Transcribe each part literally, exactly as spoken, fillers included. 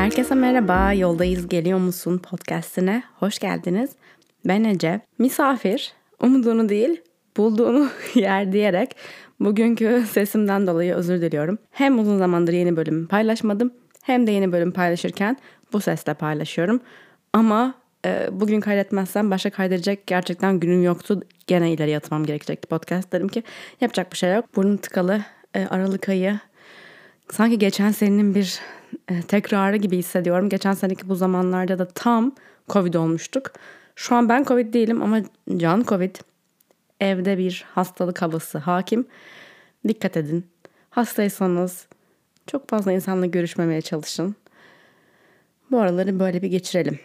Herkese merhaba, Yoldayız Geliyor Musun podcastine hoş geldiniz. Ben Ece, misafir, umduğunu değil bulduğunu yer diyerek bugünkü sesimden dolayı özür diliyorum. Hem uzun zamandır yeni bölüm paylaşmadım hem de yeni bölüm paylaşırken bu sesle paylaşıyorum. Ama e, bugün kaydetmezsem başka kaydedecek gerçekten günüm yoktu. Gene ileri atmam gerekecekti podcast. Dedim ki yapacak bir şey yok. Burnum tıkalı, e, Aralık ayı sanki geçen senenin bir e, tekrarı gibi hissediyorum. Geçen seneki bu zamanlarda da tam Covid olmuştuk. Şu an ben Covid değilim ama can Covid. Evde bir hastalık havası hakim. Dikkat edin. Hastaysanız çok fazla insanla görüşmemeye çalışın. Bu araları böyle bir geçirelim.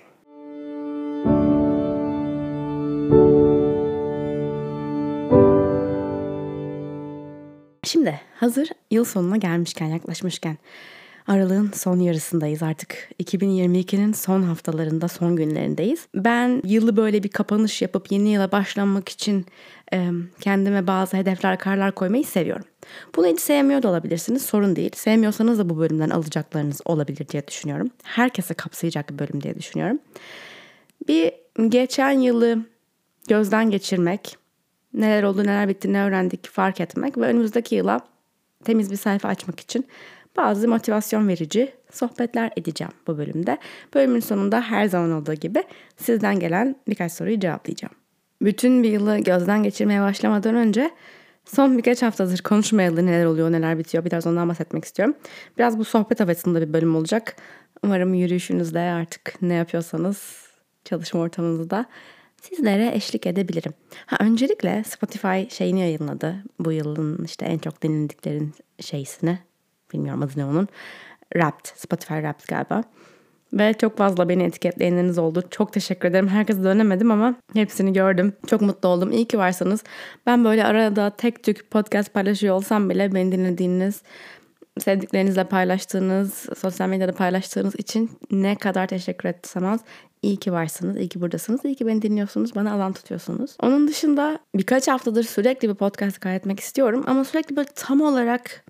Şimdi hazır yıl sonuna gelmişken, yaklaşmışken Aralık'ın son yarısındayız artık. iki bin yirmi ikinin son haftalarında, son günlerindeyiz. Ben yılı böyle bir kapanış yapıp yeni yıla başlamak için e, kendime bazı hedefler, kararlar koymayı seviyorum. Bunu hiç sevmiyor da olabilirsiniz, sorun değil. Sevmiyorsanız da bu bölümden alacaklarınız olabilir diye düşünüyorum. Herkese kapsayacak bir bölüm diye düşünüyorum. Bir geçen yılı gözden geçirmek, neler oldu, neler bitti, ne öğrendik fark etmek ve önümüzdeki yıla temiz bir sayfa açmak için bazı motivasyon verici sohbetler edeceğim bu bölümde. Bölümün sonunda her zaman olduğu gibi sizden gelen birkaç soruyu cevaplayacağım. Bütün bir yılı gözden geçirmeye başlamadan önce son birkaç haftadır konuşmayalı neler oluyor, neler bitiyor biraz ondan bahsetmek istiyorum. Biraz bu sohbet havasında bir bölüm olacak. Umarım yürüyüşünüzde artık ne yapıyorsanız çalışma ortamınızda sizlere eşlik edebilirim. Ha, öncelikle Spotify şeyini yayınladı. Bu yılın işte en çok dinlediklerin şeysini. Bilmiyorum adı ne onun. Wrapped. Spotify Wrapped galiba. Ve çok fazla beni etiketleyenleriniz oldu. Çok teşekkür ederim. Herkese dönemedim ama hepsini gördüm. Çok mutlu oldum. İyi ki varsınız. Ben böyle arada tek tük podcast paylaşıyor olsam bile beni dinlediğiniz, sevdiklerinizle paylaştığınız, sosyal medyada paylaştığınız için ne kadar teşekkür etsem az. İyi ki varsınız, iyi ki buradasınız, iyi ki beni dinliyorsunuz, bana alan tutuyorsunuz. Onun dışında birkaç haftadır sürekli bir podcast kaydetmek istiyorum ama sürekli böyle tam olarak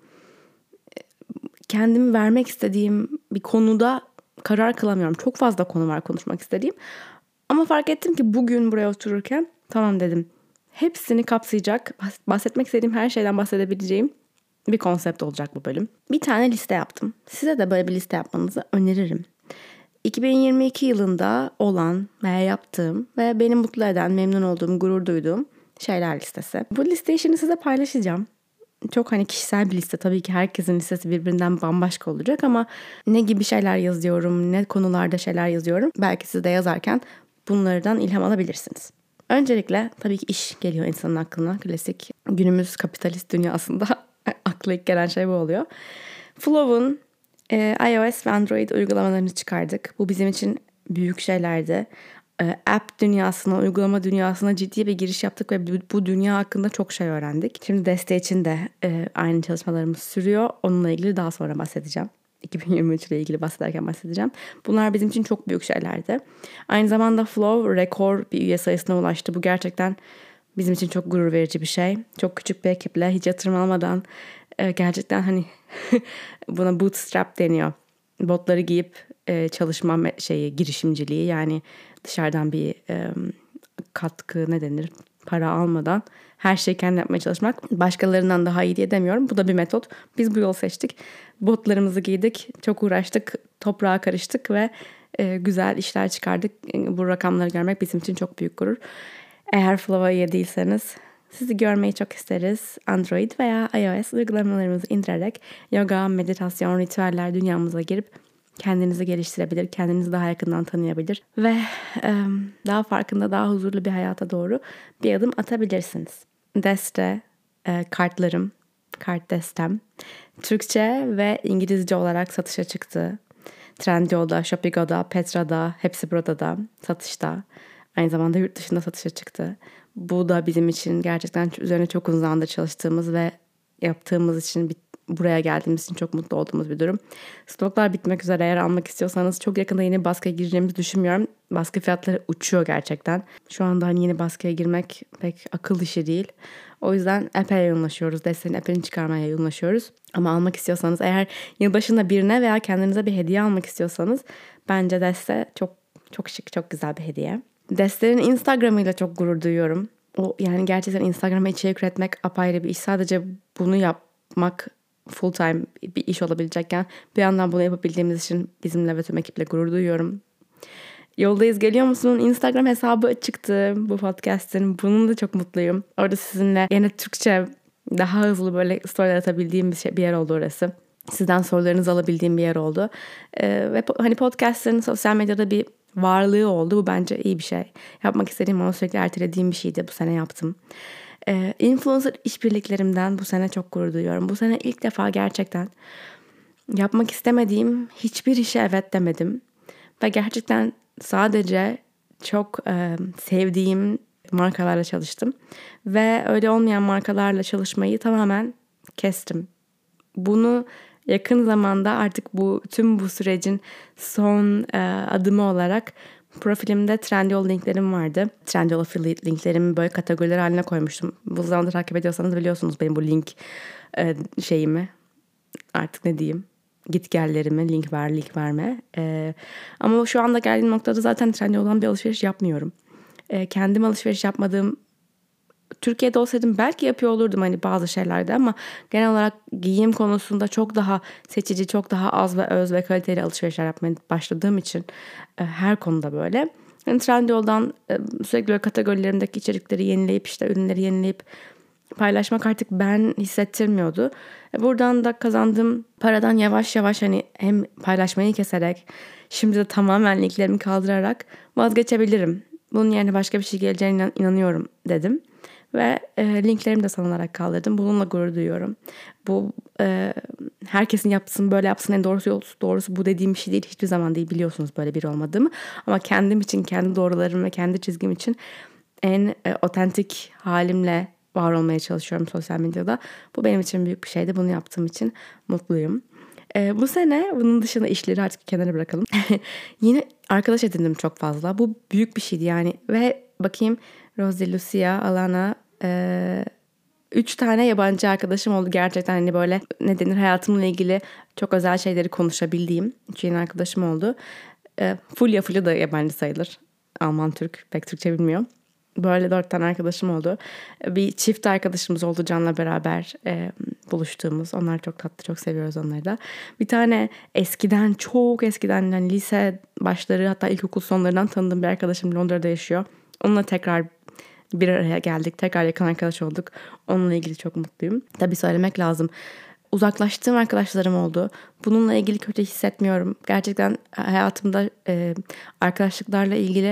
kendimi vermek istediğim bir konuda karar kılamıyorum. Çok fazla konu var konuşmak istediğim. Ama fark ettim ki bugün buraya otururken tamam dedim. Hepsini kapsayacak, bahsetmek istediğim her şeyden bahsedebileceğim bir konsept olacak bu bölüm. Bir tane liste yaptım. Size de böyle bir liste yapmanızı öneririm. iki bin yirmi iki yılında olan veya yaptığım ve beni mutlu eden, memnun olduğum, gurur duyduğum şeyler listesi. Bu listeyi şimdi size paylaşacağım. Çok hani kişisel bir liste. Tabii ki herkesin listesi birbirinden bambaşka olacak ama ne gibi şeyler yazıyorum, ne konularda şeyler yazıyorum. Belki siz de yazarken bunlardan ilham alabilirsiniz. Öncelikle tabii ki iş geliyor insanın aklına. Klasik günümüz kapitalist dünyasında akla ilk gelen şey bu oluyor. Flow'un e, iOS ve Android uygulamalarını çıkardık. Bu bizim için büyük şeylerdi. E, app dünyasına, uygulama dünyasına ciddi bir giriş yaptık ve bu, bu dünya hakkında çok şey öğrendik. Şimdi desteği için de e, aynı çalışmalarımız sürüyor. Onunla ilgili daha sonra bahsedeceğim. iki bin yirmi üç ile ilgili bahsederken bahsedeceğim. Bunlar bizim için çok büyük şeylerdi. Aynı zamanda Flow rekor bir üye sayısına ulaştı. Bu gerçekten bizim için çok gurur verici bir şey. Çok küçük bir ekiple hiç yatırım almadan e, gerçekten hani buna bootstrap deniyor. Botları giyip e, çalışma şeyi, girişimciliği yani dışarıdan bir e, katkı ne denir para almadan her şeyi kendi yapmaya çalışmak. Başkalarından daha iyi diye demiyorum. Bu da bir metot. Biz bu yolu seçtik. Botlarımızı giydik. Çok uğraştık. Toprağa karıştık ve e, güzel işler çıkardık. Bu rakamları görmek bizim için çok büyük gurur. Eğer Flow'a üye değilseniz sizi görmeyi çok isteriz. Android veya iOS uygulamalarımızı indirerek yoga, meditasyon, ritüeller dünyamıza girip kendinizi geliştirebilir, kendinizi daha yakından tanıyabilir ve e, daha farkında, daha huzurlu bir hayata doğru bir adım atabilirsiniz. Deste, e, kartlarım, kart destem, Türkçe ve İngilizce olarak satışa çıktı. Trendyol'da, Shopigo'da, Petra'da, hepsi burada da satışta. Aynı zamanda yurt dışında satışa çıktı. Bu da bizim için gerçekten üzerine çok uzun zamandır çalıştığımız ve yaptığımız için bir buraya geldiğimiz için çok mutlu olduğumuz bir durum. Stoklar bitmek üzere, eğer almak istiyorsanız çok yakında yeni bir baskıya gireceğimizi düşünmüyorum. Baskı fiyatları uçuyor gerçekten. Şu anda hani yeni baskıya girmek pek akıl işi değil. O yüzden epey yoğunlaşıyoruz. Desteğin epeyini çıkarmaya yoğunlaşıyoruz. Ama almak istiyorsanız, eğer yılbaşında birine veya kendinize bir hediye almak istiyorsanız bence Deste çok çok şık, çok güzel bir hediye. Deste'nin Instagram'ıyla çok gurur duyuyorum. O yani gerçekten Instagram'a içerik üretmek apayrı bir iş. Sadece bunu yapmak full time bir iş olabilecekken bir yandan bunu yapabildiğimiz için bizimle ve tüm ekiple gurur duyuyorum. Yoldayız geliyor musun? Instagram hesabı çıktı bu podcast'in. Bunun da çok mutluyum. Orada sizinle yine Türkçe daha hızlı böyle storyler atabildiğim bir, şey, bir yer oldu orası. Sizden sorularınızı alabildiğim bir yer oldu. Ee, ve po- hani podcast'in sosyal medyada bir varlığı oldu. Bu bence iyi bir şey. Yapmak istediğim ama sürekli ertelediğim bir şeydi. Bu sene yaptım. Ee, influencer işbirliklerimden bu sene çok gurur duyuyorum. Bu sene ilk defa gerçekten yapmak istemediğim hiçbir işe evet demedim. Ve gerçekten sadece çok e, sevdiğim markalarla çalıştım. Ve öyle olmayan markalarla çalışmayı tamamen kestim. Bunu yakın zamanda artık bu tüm bu sürecin son e, adımı olarak profilimde Trendyol linklerim vardı. Trendyol affiliate linklerimi böyle kategoriler haline koymuştum. Bu zamanda takip ediyorsanız biliyorsunuz benim bu link e, şeyimi, artık ne diyeyim, gitgellerimi, link ver, link verme. E, ama şu anda geldiğim noktada zaten Trendyol'dan bir alışveriş yapmıyorum. E, kendim alışveriş yapmadığım, Türkiye'de olsaydım belki yapıyor olurdum hani bazı şeylerde, ama genel olarak giyim konusunda çok daha seçici, çok daha az ve öz ve kaliteli alışverişler yapmaya başladığım için e, her konuda böyle. Yani Trendyol'dan e, sürekli böyle kategorilerimdeki içerikleri yenileyip, işte ürünleri yenileyip paylaşmak artık ben hissettirmiyordu. E, buradan da kazandığım paradan yavaş yavaş hani hem paylaşmayı keserek, şimdi de tamamen linklerimi kaldırarak vazgeçebilirim. Bunun yerine başka bir şey geleceğine inanıyorum dedim. Ve e, linklerimi de sanılarak kaldırdım. Bununla gurur duyuyorum. Bu e, herkesin yapsın, böyle yapsın, en doğrusu doğrusu bu dediğim bir şey değil. Hiçbir zaman değil, biliyorsunuz böyle biri olmadığımı. Ama kendim için, kendi doğrularım ve kendi çizgim için en e, otentik halimle var olmaya çalışıyorum sosyal medyada. Bu benim için büyük bir şeydi. Bunu yaptığım için mutluyum. E, bu sene bunun dışında işleri artık kenara bırakalım. Yine arkadaş edindim çok fazla. Bu büyük bir şeydi yani. Ve bakayım, Rosie, Lucia, Alana, e, üç tane yabancı arkadaşım oldu. Gerçekten hani böyle ne denir, hayatımla ilgili çok özel şeyleri konuşabildiğim üç yeni arkadaşım oldu. E, Fulya, Fulya da yabancı sayılır. Alman, Türk, pek Türkçe bilmiyor. Böyle dört tane arkadaşım oldu. Bir çift arkadaşımız oldu Can'la beraber e, buluştuğumuz. Onlar çok tatlı, çok seviyoruz onları da. Bir tane eskiden, çok eskiden, yani lise başları, hatta ilkokul sonlarından tanıdığım bir arkadaşım Londra'da yaşıyor. Onunla tekrar bir araya geldik. Tekrar yakın arkadaş olduk. Onunla ilgili çok mutluyum. Tabii söylemek lazım, uzaklaştığım arkadaşlarım oldu. Bununla ilgili kötü hissetmiyorum. Gerçekten hayatımda e, arkadaşlıklarla ilgili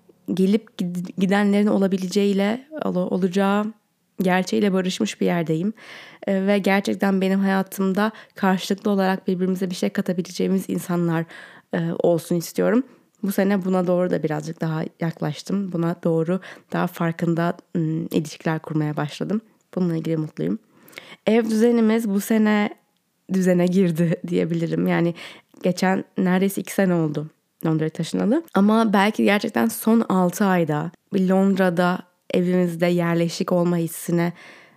gelip gidenlerin olabileceğiyle, olacağı gerçeğiyle barışmış bir yerdeyim. E, ve gerçekten benim hayatımda karşılıklı olarak birbirimize bir şey katabileceğimiz insanlar e, olsun istiyorum. Bu sene buna doğru da birazcık daha yaklaştım. Buna doğru daha farkında ım, ilişkiler kurmaya başladım. Bununla ilgili mutluyum. Ev düzenimiz bu sene düzene girdi diyebilirim. Yani geçen neredeyse iki sene oldu Londra'ya taşınalı. Ama belki gerçekten son altı ayda bir Londra'da evimizde yerleşik olma hissine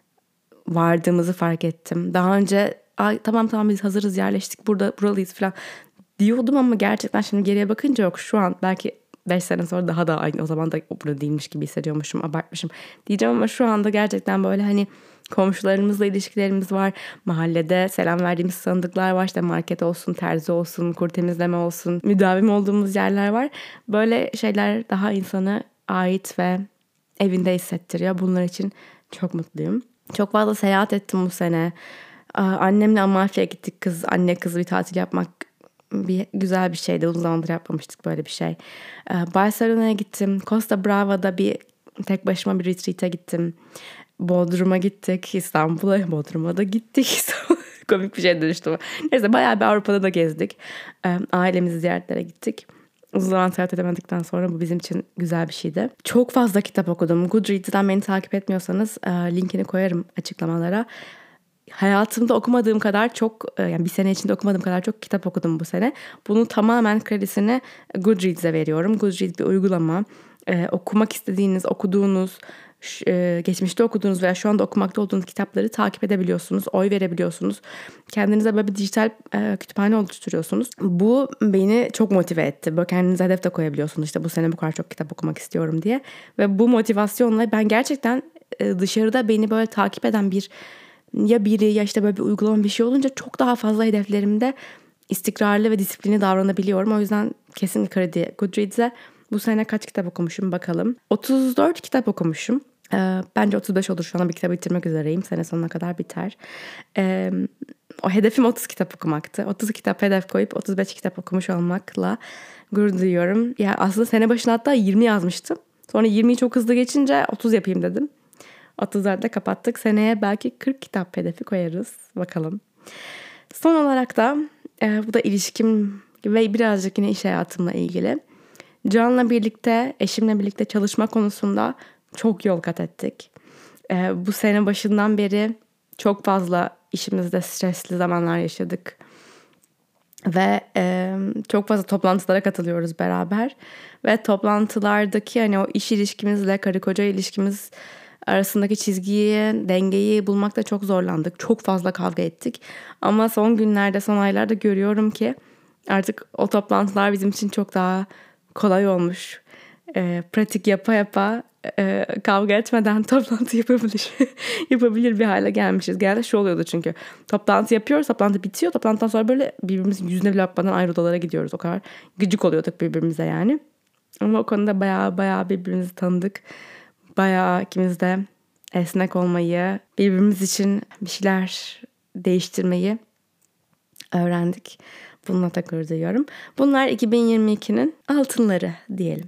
vardığımızı fark ettim. Daha önce ay tamam tamam biz hazırız, yerleştik, burada buralıyız falan diyordum ama gerçekten şimdi geriye bakınca yok, şu an belki beş sene sonra daha da aynı, o zaman da burada değilmiş gibi hissediyormuşum, abartmışım diyeceğim ama şu anda gerçekten böyle hani komşularımızla ilişkilerimiz var. Mahallede selam verdiğimiz tanıdıklar var. İşte market olsun, terzi olsun, kur temizleme olsun, müdavim olduğumuz yerler var. Böyle şeyler daha insana ait ve evinde hissettiriyor. Bunlar için çok mutluyum. Çok fazla seyahat ettim bu sene. Annemle Amalfi'ye gittik. Kız, anne kız bir tatil yapmak bir güzel bir şeydi. Uzun zamandır yapmamıştık böyle bir şey. Barcelona'ya gittim. Costa Brava'da bir tek başıma bir retreat'e gittim. Bodrum'a gittik. İstanbul'a, Bodrum'a da gittik. Komik bir şey dönüştü. Neyse bayağı bir Avrupa'da da gezdik. Ailemizi ziyaretlere gittik. Uzun zaman seyahat edemedikten sonra bu bizim için güzel bir şeydi. Çok fazla kitap okudum. Goodreads'ten beni takip etmiyorsanız linkini koyarım açıklamalara. hayatımda okumadığım kadar çok, yani bir sene içinde okumadığım kadar çok kitap okudum bu sene. Bunun tamamen kredisini Goodreads'e veriyorum. Goodreads bir uygulama. Ee, okumak istediğiniz, okuduğunuz, e, geçmişte okuduğunuz veya şu anda okumakta olduğunuz kitapları takip edebiliyorsunuz. Oy verebiliyorsunuz. Kendinize böyle bir dijital e, kütüphane oluşturuyorsunuz. Bu beni çok motive etti. Böyle kendinize hedef de koyabiliyorsunuz. İşte bu sene bu kadar çok kitap okumak istiyorum diye. Ve bu motivasyonla ben gerçekten e, dışarıda beni böyle takip eden bir ya biri ya işte böyle bir uygulama bir şey olunca çok daha fazla hedeflerimde istikrarlı ve disiplinli davranabiliyorum. O yüzden kesin kredi Goodreads'e. Bu sene kaç kitap okumuşum bakalım. otuz dört kitap okumuşum. Ee, bence otuz beş olur, şu anda bir kitabı bitirmek üzereyim. Sene sonuna kadar biter. Ee, o hedefim otuz kitap okumaktı. otuz kitap hedef koyup otuz beş kitap okumuş olmakla gurur duyuyorum. Ya yani aslında sene başına hatta yirmi yazmıştım. Sonra yirmiyi çok hızlı geçince otuz yapayım dedim. otuz dörtte kapattık. Seneye belki kırk kitap hedefi koyarız. Bakalım. Son olarak da e, bu da ilişkim ve birazcık yine iş hayatımla ilgili. Can'la birlikte, eşimle birlikte çalışma konusunda çok yol kat ettik. E, bu sene başından beri çok fazla işimizde stresli zamanlar yaşadık. Ve e, çok fazla toplantılara katılıyoruz beraber. Ve toplantılardaki hani o iş ilişkimizle karı koca ilişkimiz arasındaki çizgiyi, dengeyi bulmakta çok zorlandık. Çok fazla kavga ettik. Ama son günlerde, son aylarda görüyorum ki artık o toplantılar bizim için çok daha kolay olmuş. E, pratik yapa yapa e, kavga etmeden toplantı yapabilir yapabilir bir hale gelmişiz. Genelde şu oluyordu çünkü. Toplantı yapıyoruz, toplantı bitiyor. Toplantıdan sonra böyle birbirimizin yüzüne bile bakmadan ayrı odalara gidiyoruz. O kadar gıcık oluyorduk birbirimize yani. Ama o konuda bayağı bayağı birbirimizi tanıdık. Bayağı ikimiz de esnek olmayı, birbirimiz için bir şeyler değiştirmeyi öğrendik. Bununla da gurur duyuyorum. Bunlar iki bin yirmi ikinin altınları diyelim.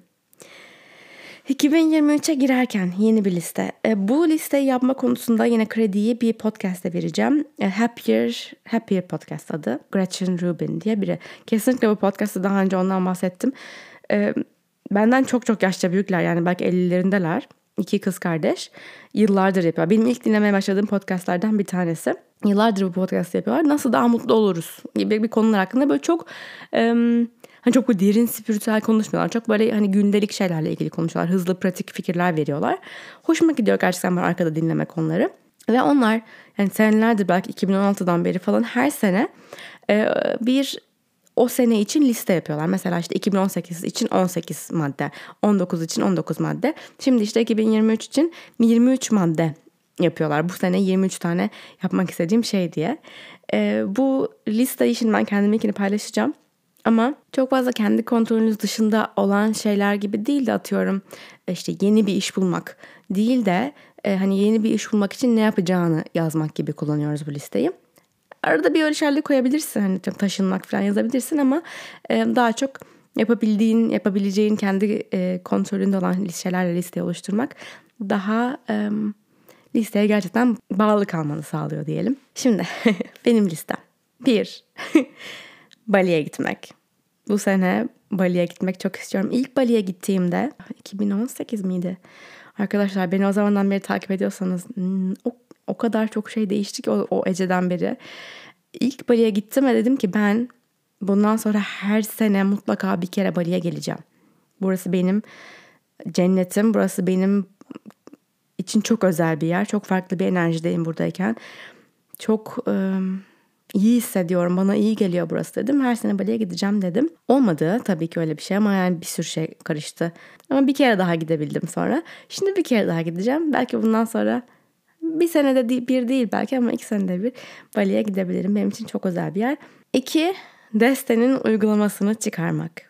iki bin yirmi üçe girerken yeni bir liste. E, bu listeyi yapma konusunda yine krediyi bir podcast'e vereceğim. E, Happier, Happier Podcast adı. Gretchen Rubin diye biri. Kesinlikle bu podcast'ta daha önce ondan bahsettim. E, benden çok çok yaşça büyükler, yani belki ellilerindeler. İki kız kardeş. Yıllardır yapıyor. Benim ilk dinlemeye başladığım podcastlardan bir tanesi. Yıllardır bu podcast yapıyorlar. Nasıl daha mutlu oluruz gibi bir konular hakkında böyle çok e, hani çok böyle derin spiritüel konuşmuyorlar. Çok böyle hani gündelik şeylerle ilgili konuşuyorlar. Hızlı pratik fikirler veriyorlar. Hoşuma gidiyor gerçekten böyle arkada dinlemek onları. Ve onlar yani senelerdir, belki iki bin on altıdan beri falan her sene e, bir o sene için liste yapıyorlar. Mesela işte iki bin on sekiz için on sekiz madde, on dokuz için on dokuz madde. Şimdi işte iki bin yirmi üç için yirmi üç madde yapıyorlar. Bu sene yirmi üç tane yapmak istediğim şey diye. Ee, bu listeyi şimdi ben kendiminkini paylaşacağım. Ama çok fazla kendi kontrolünüz dışında olan şeyler gibi değil de, atıyorum işte yeni bir iş bulmak değil de e, hani yeni bir iş bulmak için ne yapacağını yazmak gibi kullanıyoruz bu listeyi. Arada bir öyle şeyler koyabilirsin. Hani taşınmak falan yazabilirsin ama e, daha çok yapabildiğin, yapabileceğin kendi e, kontrolünde olan şeylerle listeyi oluşturmak daha e, listeye gerçekten bağlı kalmanı sağlıyor diyelim. Şimdi benim listem. Bir, Bali'ye gitmek. Bu sene Bali'ye gitmek çok istiyorum. İlk Bali'ye gittiğimde iki bin on sekiz miydi? Arkadaşlar beni o zamandan beri takip ediyorsanız o, o kadar çok şey değişti ki o, o Ece'den beri. İlk Bali'ye gittim ve dedim ki ben bundan sonra her sene mutlaka bir kere Bali'ye geleceğim. Burası benim cennetim. Burası benim için çok özel bir yer. Çok farklı bir enerjideyim buradayken. Çok ıı, iyi hissediyorum. Bana iyi geliyor burası dedim. Her sene Bali'ye gideceğim dedim. Olmadı tabii ki öyle bir şey ama yani bir sürü şey karıştı. Ama bir kere daha gidebildim sonra. Şimdi bir kere daha gideceğim. Belki bundan sonra bir senede bir değil belki ama iki senede bir Bali'ye gidebilirim. Benim için çok özel bir yer. İki, Deste'nin uygulamasını çıkarmak.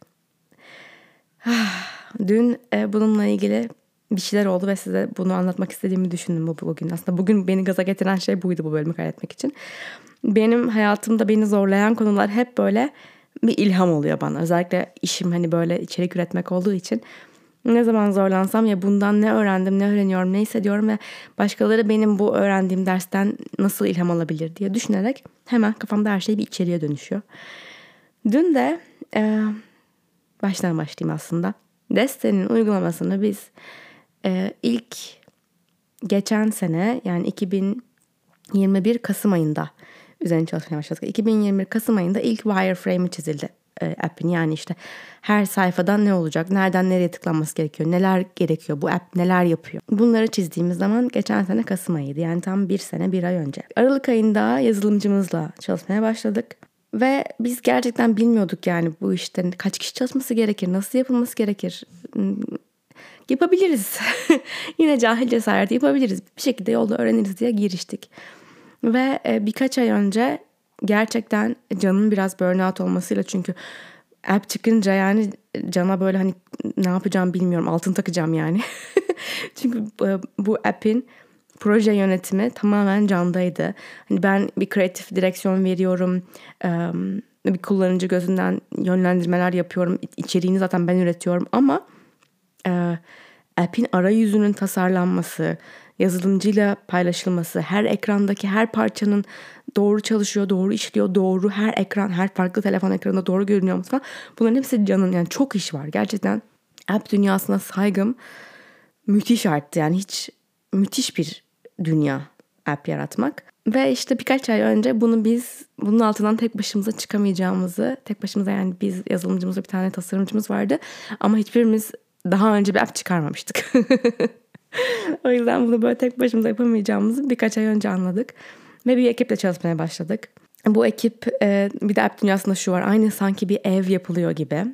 Dün e, bununla ilgili bir şeyler oldu ve size bunu anlatmak istediğimi düşündüm bu bugün. Aslında bugün beni gaza getiren şey buydu, bu bölümü kaydetmek için. Benim hayatımda beni zorlayan konular hep böyle bir ilham oluyor bana. Özellikle işim hani böyle içerik üretmek olduğu için ne zaman zorlansam ya bundan ne öğrendim, ne öğreniyorum, ne hissediyorum ve başkaları benim bu öğrendiğim dersten nasıl ilham alabilir diye düşünerek hemen kafamda her şey bir içeriye dönüşüyor. Dün de e, baştan başlayayım aslında. Deste'nin uygulamasını biz e, ilk geçen sene yani iki bin yirmi bir Kasım ayında üzerine çalışmaya başladık. iki bin yirmi bir Kasım ayında ilk wireframe'i çizildi e, app'in. Yani işte her sayfadan ne olacak, nereden nereye tıklanması gerekiyor, neler gerekiyor, bu app neler yapıyor. Bunları çizdiğimiz zaman geçen sene Kasım ayıydı. Yani tam bir sene bir ay önce. Aralık ayında yazılımcımızla çalışmaya başladık. Ve biz gerçekten bilmiyorduk yani bu işte kaç kişi çalışması gerekir, nasıl yapılması gerekir. Yapabiliriz. Yine cahil cesareti yapabiliriz. Bir şekilde yolda öğreniriz diye giriştik. Ve birkaç ay önce gerçekten Can'ın biraz burnout olmasıyla, çünkü app çıkınca yani Can'a böyle hani ne yapacağım bilmiyorum, altın takacağım yani. Çünkü bu app'in proje yönetimi tamamen Can'daydı. Hani ben bir kreatif direksiyon veriyorum, bir kullanıcı gözünden yönlendirmeler yapıyorum, içeriğini zaten ben üretiyorum ama app'in arayüzünün tasarlanması, yazılımcıyla paylaşılması, her ekrandaki her parçanın doğru çalışıyor, doğru işliyor, doğru her ekran, her farklı telefon ekranında doğru görünüyor falan. Bunların hepsi Can'ın, yani çok iş var. Gerçekten app dünyasına saygım müthiş arttı. Yani hiç müthiş bir dünya app yaratmak. Ve işte birkaç ay önce bunu biz bunun altından tek başımıza çıkamayacağımızı, tek başımıza yani biz yazılımcımız ve bir tane tasarımcımız vardı ama hiçbirimiz daha önce bir app çıkarmamıştık. O yüzden bunu böyle tek başımıza yapamayacağımızı birkaç ay önce anladık. Ve bir ekiple çalışmaya başladık. Bu ekip, bir de app dünyasında şu var. Aynı sanki bir ev yapılıyor gibi.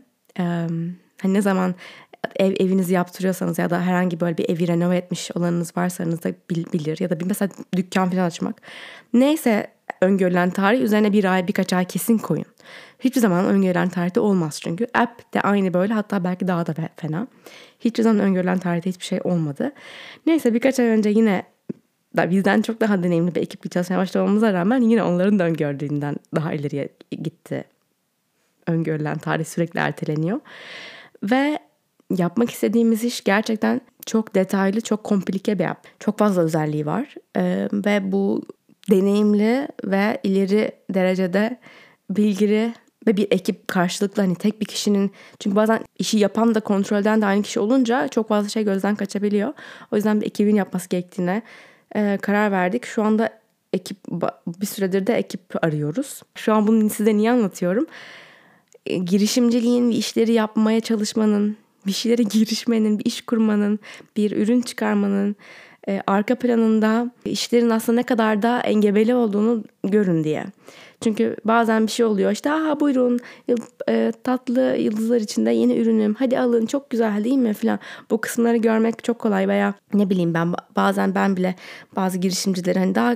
Hani ne zaman ev evinizi yaptırıyorsanız ya da herhangi böyle bir evi renove etmiş olanınız varsanız da bilir. Ya da bir mesela dükkan falan açmak. Neyse öngörülen tarih üzerine bir ay birkaç ay kesin koyun. Hiçbir zaman öngörülen tarihte olmaz çünkü. App de aynı böyle, hatta belki daha da fena. Hiçbir zaman öngörülen tarihte hiçbir şey olmadı. Neyse birkaç ay önce yine da bizden çok daha deneyimli bir ekiple çalışmaya başlamamıza rağmen yine onların da öngördüğünden daha ileriye gitti. Öngörülen tarih sürekli erteleniyor. Ve yapmak istediğimiz iş gerçekten çok detaylı, çok komplike bir app. Çok fazla özelliği var. Ee, ve bu deneyimli ve ileri derecede bilgili ve bir ekip karşılıklı, hani tek bir kişinin, çünkü bazen işi yapan da kontrolden de aynı kişi olunca çok fazla şey gözden kaçabiliyor. O yüzden bir ekibin yapması gerektiğine e, karar verdik. Şu anda ekip, bir süredir de ekip arıyoruz. Şu an bunu size niye anlatıyorum? E, girişimciliğin, bir işleri yapmaya çalışmanın, bir şeylere girişmenin, bir iş kurmanın, bir ürün çıkarmanın e, arka planında işlerin aslında ne kadar da engebeli olduğunu görün diye. Çünkü bazen bir şey oluyor işte, aha buyurun e, tatlı yıldızlar içinde yeni ürünüm, hadi alın, çok güzel değil mi falan. Bu kısımları görmek çok kolay veya ne bileyim ben bazen ben bile bazı girişimcileri hani daha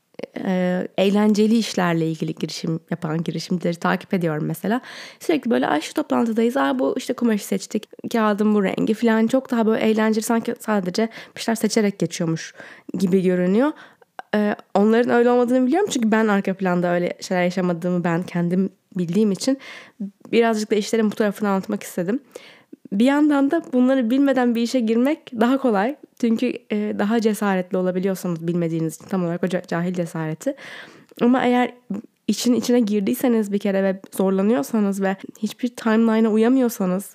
e, eğlenceli işlerle ilgili girişim yapan girişimcileri takip ediyorum mesela. Sürekli böyle ay şu toplantıdayız, aa bu işte kumaşı seçtik, kağıdın bu rengi falan, çok daha böyle eğlenceli, sanki sadece bir şeyler seçerek geçiyormuş gibi görünüyor. Ee, onların öyle olmadığını biliyorum çünkü ben arka planda öyle şeyler yaşamadığımı ben kendim bildiğim için birazcık da işlerin bu tarafını anlatmak istedim. Bir yandan da bunları bilmeden bir işe girmek daha kolay. Çünkü e, daha cesaretli olabiliyorsanız bilmediğiniz için, tam olarak o cahil cesareti. Ama eğer için içine girdiyseniz bir kere ve zorlanıyorsanız ve hiçbir timeline'a uyamıyorsanız,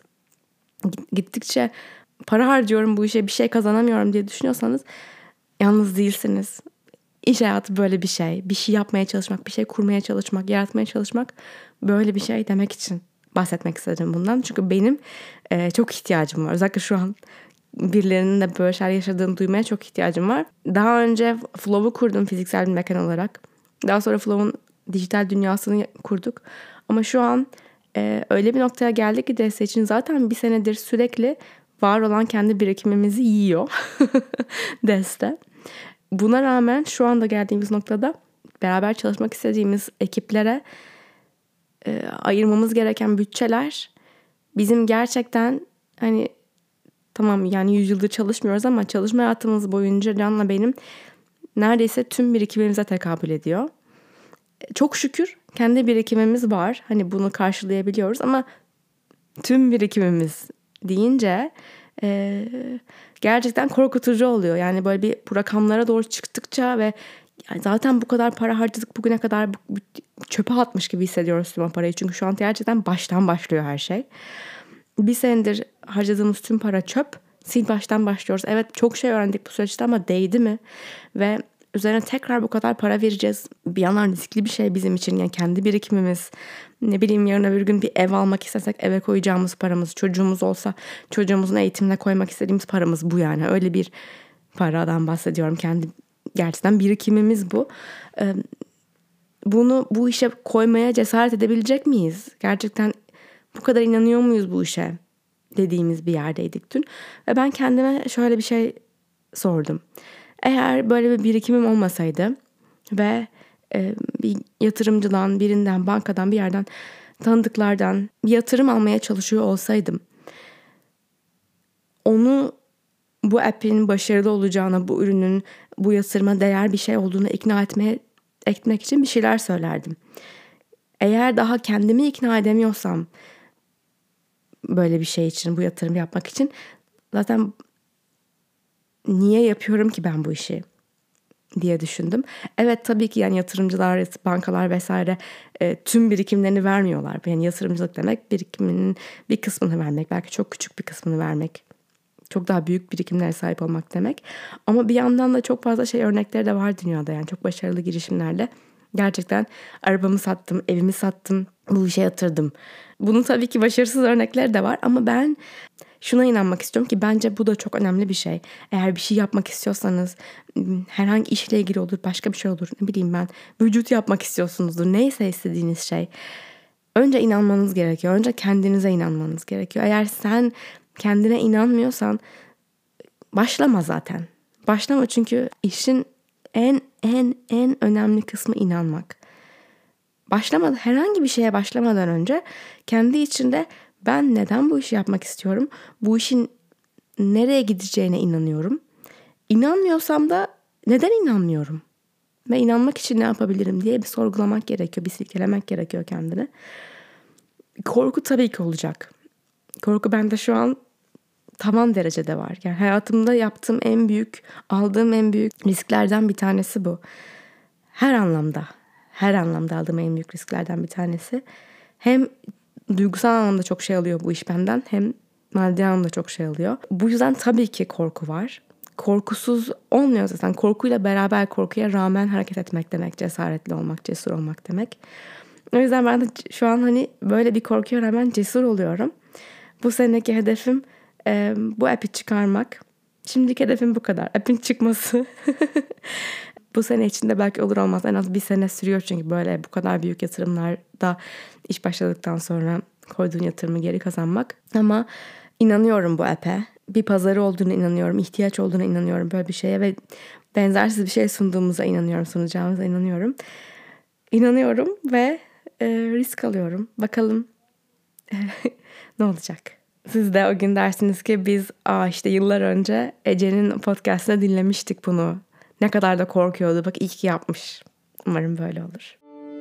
gittikçe para harcıyorum bu işe, bir şey kazanamıyorum diye düşünüyorsanız yalnız değilsiniz. İş hayatı böyle bir şey. Bir şey yapmaya çalışmak, bir şey kurmaya çalışmak, yaratmaya çalışmak böyle bir şey demek için bahsetmek istedim bundan. Çünkü benim e, çok ihtiyacım var. Özellikle şu an birilerinin de böyle şeyler yaşadığını duymaya çok ihtiyacım var. Daha önce Flow'u kurdum fiziksel bir mekan olarak. Daha sonra Flow'un dijital dünyasını kurduk. Ama şu an e, öyle bir noktaya geldik ki Deste için zaten bir senedir sürekli var olan kendi birikimimizi yiyor Deste. Buna rağmen şu anda geldiğimiz noktada beraber çalışmak istediğimiz ekiplere e, ayırmamız gereken bütçeler bizim gerçekten hani tamam yani yüz yıldır çalışmıyoruz ama çalışma hayatımız boyunca Can'la benim neredeyse tüm birikimimize tekabül ediyor. Çok şükür kendi birikimimiz var. Hani bunu karşılayabiliyoruz ama tüm birikimimiz deyince e, gerçekten korkutucu oluyor. Yani böyle bir bu rakamlara doğru çıktıkça ve yani zaten bu kadar para harcadık bugüne kadar, çöpe atmış gibi hissediyoruz tüm o parayı. Çünkü şu an gerçekten baştan başlıyor her şey. Bir senedir harcadığımız tüm para çöp. Sil baştan başlıyoruz. Evet çok şey öğrendik bu süreçte ama değdi mi? Ve üzerine tekrar bu kadar para vereceğiz. Bir yandan riskli bir şey bizim için. Yani kendi birikimimiz, ne bileyim yarın öbür gün bir ev almak istesek eve koyacağımız paramız, çocuğumuz olsa çocuğumuzun eğitimine koymak istediğimiz paramız bu yani. Öyle bir paradan bahsediyorum. Kendi gerçekten birikimimiz bu. Ee, bunu bu işe koymaya cesaret edebilecek miyiz? Gerçekten bu kadar inanıyor muyuz bu işe dediğimiz bir yerdeydik dün. Ve ben kendime şöyle bir şey sordum. Eğer böyle bir birikimim olmasaydı ve e, bir yatırımcıdan, birinden, bankadan, bir yerden, tanıdıklardan bir yatırım almaya çalışıyor olsaydım, onu bu app'in başarılı olacağına, bu ürünün bu yatırıma değer bir şey olduğunu ikna etmeye etmek için bir şeyler söylerdim. Eğer daha kendimi ikna edemiyorsam böyle bir şey için, bu yatırım yapmak için, zaten niye yapıyorum ki ben bu işi diye düşündüm. Evet, tabii ki yani yatırımcılar, bankalar vesaire e, tüm birikimlerini vermiyorlar. Yani yatırımcılık demek birikiminin bir kısmını vermek, belki çok küçük bir kısmını vermek. Çok daha büyük birikimlere sahip olmak demek. Ama bir yandan da çok fazla şey örnekleri de var dünyada, yani çok başarılı girişimlerle. Gerçekten arabamı sattım, evimi sattım, bu işe yatırdım. Bunun tabii ki başarısız örnekleri de var ama ben şuna inanmak istiyorum ki bence bu da çok önemli bir şey. Eğer bir şey yapmak istiyorsanız, herhangi işle ilgili olur, başka bir şey olur, ne bileyim ben, vücut yapmak istiyorsunuzdur, neyse istediğiniz şey. Önce inanmanız gerekiyor. Önce kendinize inanmanız gerekiyor. Eğer sen kendine inanmıyorsan başlama zaten. Başlama, çünkü işin en en en önemli kısmı inanmak. Başlamadan, herhangi bir şeye başlamadan önce kendi içinde ben neden bu işi yapmak istiyorum? Bu işin nereye gideceğine inanıyorum. İnanmıyorsam da neden inanmıyorum? Ve inanmak için ne yapabilirim diye bir sorgulamak gerekiyor. Bir silkelemek gerekiyor kendini. Korku tabii ki olacak. Korku bende şu an tavan derecede var. Yani hayatımda yaptığım en büyük, aldığım en büyük risklerden bir tanesi bu. Her anlamda, her anlamda aldığım en büyük risklerden bir tanesi. Hem duygusal anlamda çok şey alıyor bu iş benden, hem maddi anlamda çok şey alıyor. Bu yüzden tabii ki korku var. Korkusuz olmuyor zaten. Korkuyla beraber, korkuya rağmen hareket etmek demek, cesaretli olmak, cesur olmak demek. O yüzden ben de şu an hani böyle bir korkuya rağmen cesur oluyorum. Bu seneki hedefim e, bu app'i çıkarmak. Şimdiki hedefim bu kadar. App'in çıkması. Bu sene içinde belki olur olmaz. En az bir sene sürüyor çünkü böyle bu kadar büyük yatırımlarda iş başladıktan sonra koyduğun yatırımı geri kazanmak. Ama inanıyorum bu app'e. Bir pazarı olduğunu inanıyorum. İhtiyaç olduğuna inanıyorum böyle bir şeye ve benzersiz bir şey sunduğumuza inanıyorum. Sunacağımıza inanıyorum. İnanıyorum ve e, risk alıyorum. Bakalım ne olacak? Siz de o gün dersiniz ki biz aa işte yıllar önce Ece'nin podcast'ını dinlemiştik bunu. Ne kadar da korkuyordu. Bak iyi ki yapmış. Umarım böyle olur.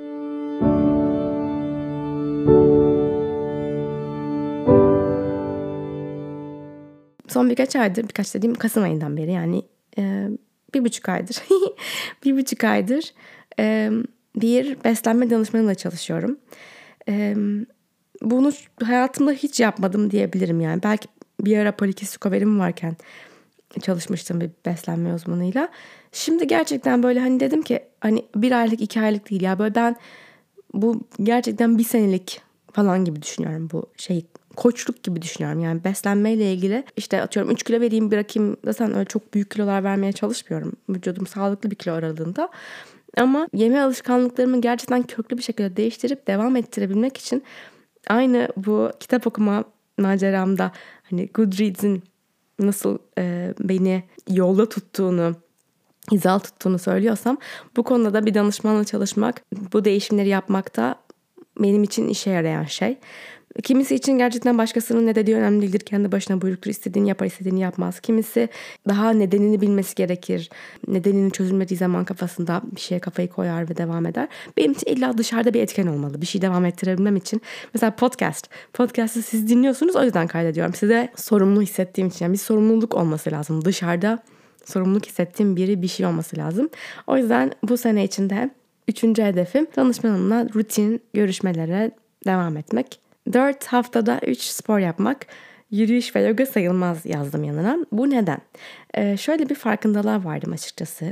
Son birkaç aydır, birkaç dediğim Kasım ayından beri yani e, bir buçuk aydır. bir buçuk aydır e, bir beslenme danışmanıyla çalışıyorum. E, bunu hayatımda hiç yapmadım diyebilirim yani. Belki bir ara polikistik ovarim varken çalışmıştım bir beslenme uzmanıyla. Şimdi gerçekten böyle hani dedim ki hani bir aylık iki aylık değil ya, böyle ben bu gerçekten bir senelik falan gibi düşünüyorum bu şey, koçluk gibi düşünüyorum. Yani beslenmeyle ilgili işte atıyorum üç kilo vereyim bırakayım, zaten öyle çok büyük kilolar vermeye çalışmıyorum. Vücudum sağlıklı bir kilo aralığında. Ama yeme alışkanlıklarımı gerçekten köklü bir şekilde değiştirip devam ettirebilmek için aynı bu kitap okuma maceramda hani Goodreads'in nasıl e, beni yolda tuttuğunu, hizal tuttuğunu söylüyorsam, bu konuda da bir danışmanla çalışmak, bu değişimleri yapmak da benim için işe yarayan şey. Kimisi için gerçekten başkasının ne dediği önemli değildir. Kendi başına buyruktur. İstediğini yapar, istediğini yapmaz. Kimisi daha nedenini bilmesi gerekir. Nedenini çözülmediği zaman kafasında bir şeye kafayı koyar ve devam eder. Benim için illa dışarıda bir etken olmalı. Bir şey devam ettirebilmem için. Mesela podcast. Podcast'ı siz dinliyorsunuz, o yüzden kaydediyorum. Size sorumlu hissettiğim için. Yani bir sorumluluk olması lazım. Dışarıda sorumluluk hissettiğim biri, bir şey olması lazım. O yüzden bu sene içinde üçüncü hedefim danışmanımla rutin görüşmelere devam etmek. Dört haftada üç spor yapmak, yürüyüş ve yoga sayılmaz yazdım yanına. Bu neden? Ee, şöyle bir farkındalığa vardım açıkçası.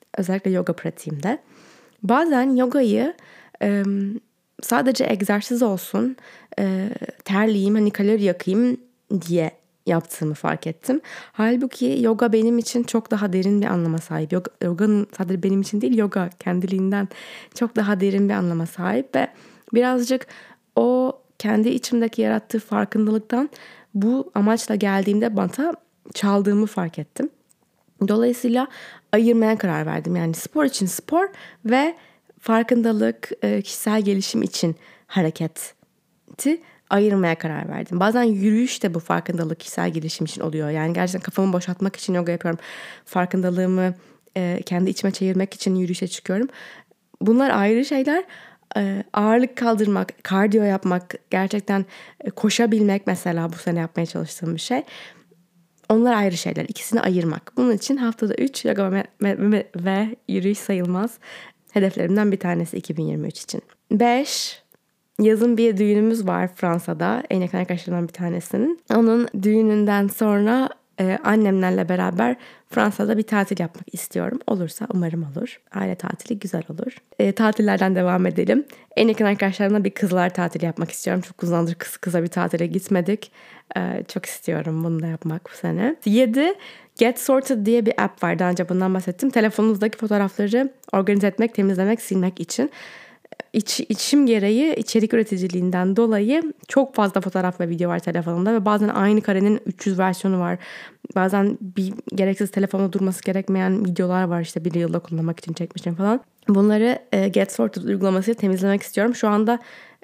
Özellikle yoga pratiğimde. Bazen yogayı e, sadece egzersiz olsun, e, terleyeyim, hani kalori yakayım diye yaptığımı fark ettim. Halbuki yoga benim için çok daha derin bir anlama sahip. Yoga, yoganın sadece benim için değil, yoga kendiliğinden çok daha derin bir anlama sahip ve birazcık o kendi içimdeki yarattığı farkındalıktan bu amaçla geldiğimde bana çaldığımı fark ettim. Dolayısıyla ayırmaya karar verdim. Yani spor için spor ve farkındalık, kişisel gelişim için hareketi ayırmaya karar verdim. Bazen yürüyüş de bu farkındalık, kişisel gelişim için oluyor. Yani gerçekten kafamı boşaltmak için yoga yapıyorum. Farkındalığımı kendi içime çevirmek için yürüyüşe çıkıyorum. Bunlar ayrı şeyler. Ağırlık kaldırmak, kardiyo yapmak, gerçekten koşabilmek mesela bu sene yapmaya çalıştığım bir şey. Onlar ayrı şeyler. İkisini ayırmak. Bunun için haftada üç yoga ve, ve, ve yürüyüş sayılmaz hedeflerimden bir tanesi iki bin yirmi üç için. beş. Yazın bir düğünümüz var Fransa'da. En yakın arkadaşlarımdan bir tanesinin. Onun düğününden sonra e, annemlerle beraber Fransa'da bir tatil yapmak istiyorum. Olursa umarım olur. Aile tatili güzel olur. E, tatillerden devam edelim. En yakın arkadaşlarımla bir kızlar tatili yapmak istiyorum. Çok uzun zamandır kız kıza bir tatile gitmedik. E, çok istiyorum bunu da yapmak bu sene. yedi. Get Sorted diye bir app var. Daha önce bundan bahsettim. Telefonunuzdaki fotoğrafları organize etmek, temizlemek, silmek için. İç, içim gereği içerik üreticiliğinden dolayı çok fazla fotoğraf ve video var telefonumda ve bazen aynı karenin üç yüz versiyonu var. Bazen bir gereksiz telefonda durması gerekmeyen videolar var, işte bir yılda kullanmak için çekmişim falan. Bunları e, Get Sorted uygulamasıyla temizlemek istiyorum. Şu anda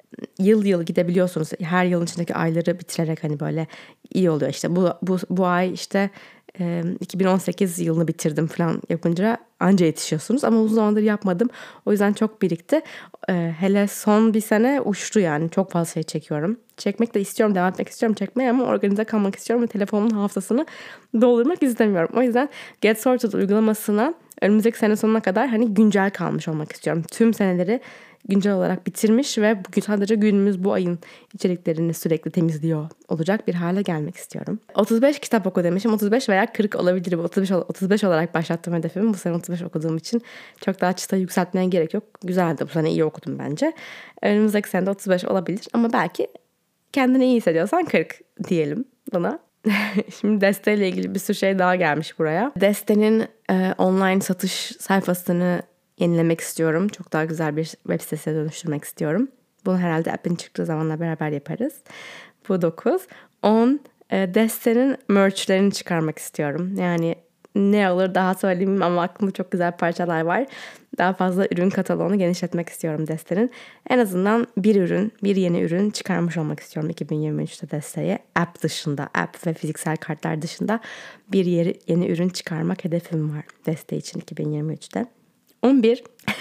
yıl yıl gidebiliyorsunuz. Her yılın içindeki ayları bitirerek hani böyle iyi oluyor. İşte bu bu bu ay işte iki bin on sekiz yılını bitirdim falan yapınca anca yetişiyorsunuz. Ama uzun zamandır yapmadım. O yüzden çok birikti. Hele son bir sene uçtu yani. Çok fazla şey çekiyorum. Çekmek de istiyorum. Devam etmek istiyorum çekmeye ama organize kalmak istiyorum ve telefonumun hafızasını doldurmak istemiyorum. O yüzden Get Sorted uygulamasına önümüzdeki sene sonuna kadar hani güncel kalmış olmak istiyorum. Tüm seneleri güncel olarak bitirmiş ve bugün sadece günümüz bu ayın içeriklerini sürekli temizliyor olacak bir hale gelmek istiyorum. otuz beş kitap oku demişim. otuz beş veya kırk olabilir. otuz beş, otuz beş olarak başlattım hedefimi. Bu sene otuz beş okuduğum için çok daha çıta yükseltmeye gerek yok. Güzeldi. Bu sene iyi okudum bence. Önümüzdeki sene de otuz beş olabilir. Ama belki kendini iyi hissediyorsan kırk diyelim buna. Şimdi Deste ile ilgili bir sürü şey daha gelmiş buraya. Deste'nin e, online satış sayfasını yenilemek istiyorum. Çok daha güzel bir web sitesine dönüştürmek istiyorum. Bunu herhalde app'in çıktığı zamanla beraber yaparız. Bu dokuz. on. E, Deste'nin merchlerini çıkarmak istiyorum. Yani ne olur daha söyleyeyim ama aklımda çok güzel parçalar var. Daha fazla ürün kataloğunu genişletmek istiyorum Deste'nin. En azından bir ürün, bir yeni ürün çıkarmış olmak istiyorum iki bin yirmi üçte Deste'ye. App dışında, app ve fiziksel kartlar dışında bir yeri, yeni ürün çıkarmak hedefim var Deste için iki bin yirmi üçte. on bir.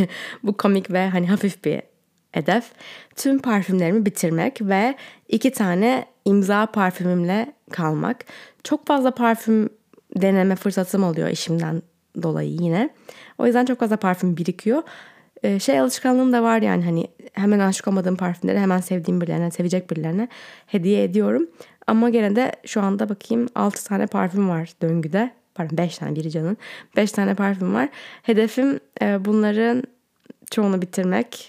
Bu komik ve hani hafif bir hedef. Tüm parfümlerimi bitirmek ve iki tane imza parfümümle kalmak. Çok fazla parfüm deneme fırsatım oluyor işimden dolayı yine. O yüzden çok fazla parfüm birikiyor. Ee, şey alışkanlığım da var yani hani hemen aşık olmadığım parfümleri hemen sevdiğim birilerine, sevecek birilerine hediye ediyorum. Ama gene de şu anda bakayım altı tane parfüm var döngüde. Pardon beş tane, biri canın. beş tane parfüm var. Hedefim e, bunların çoğunu bitirmek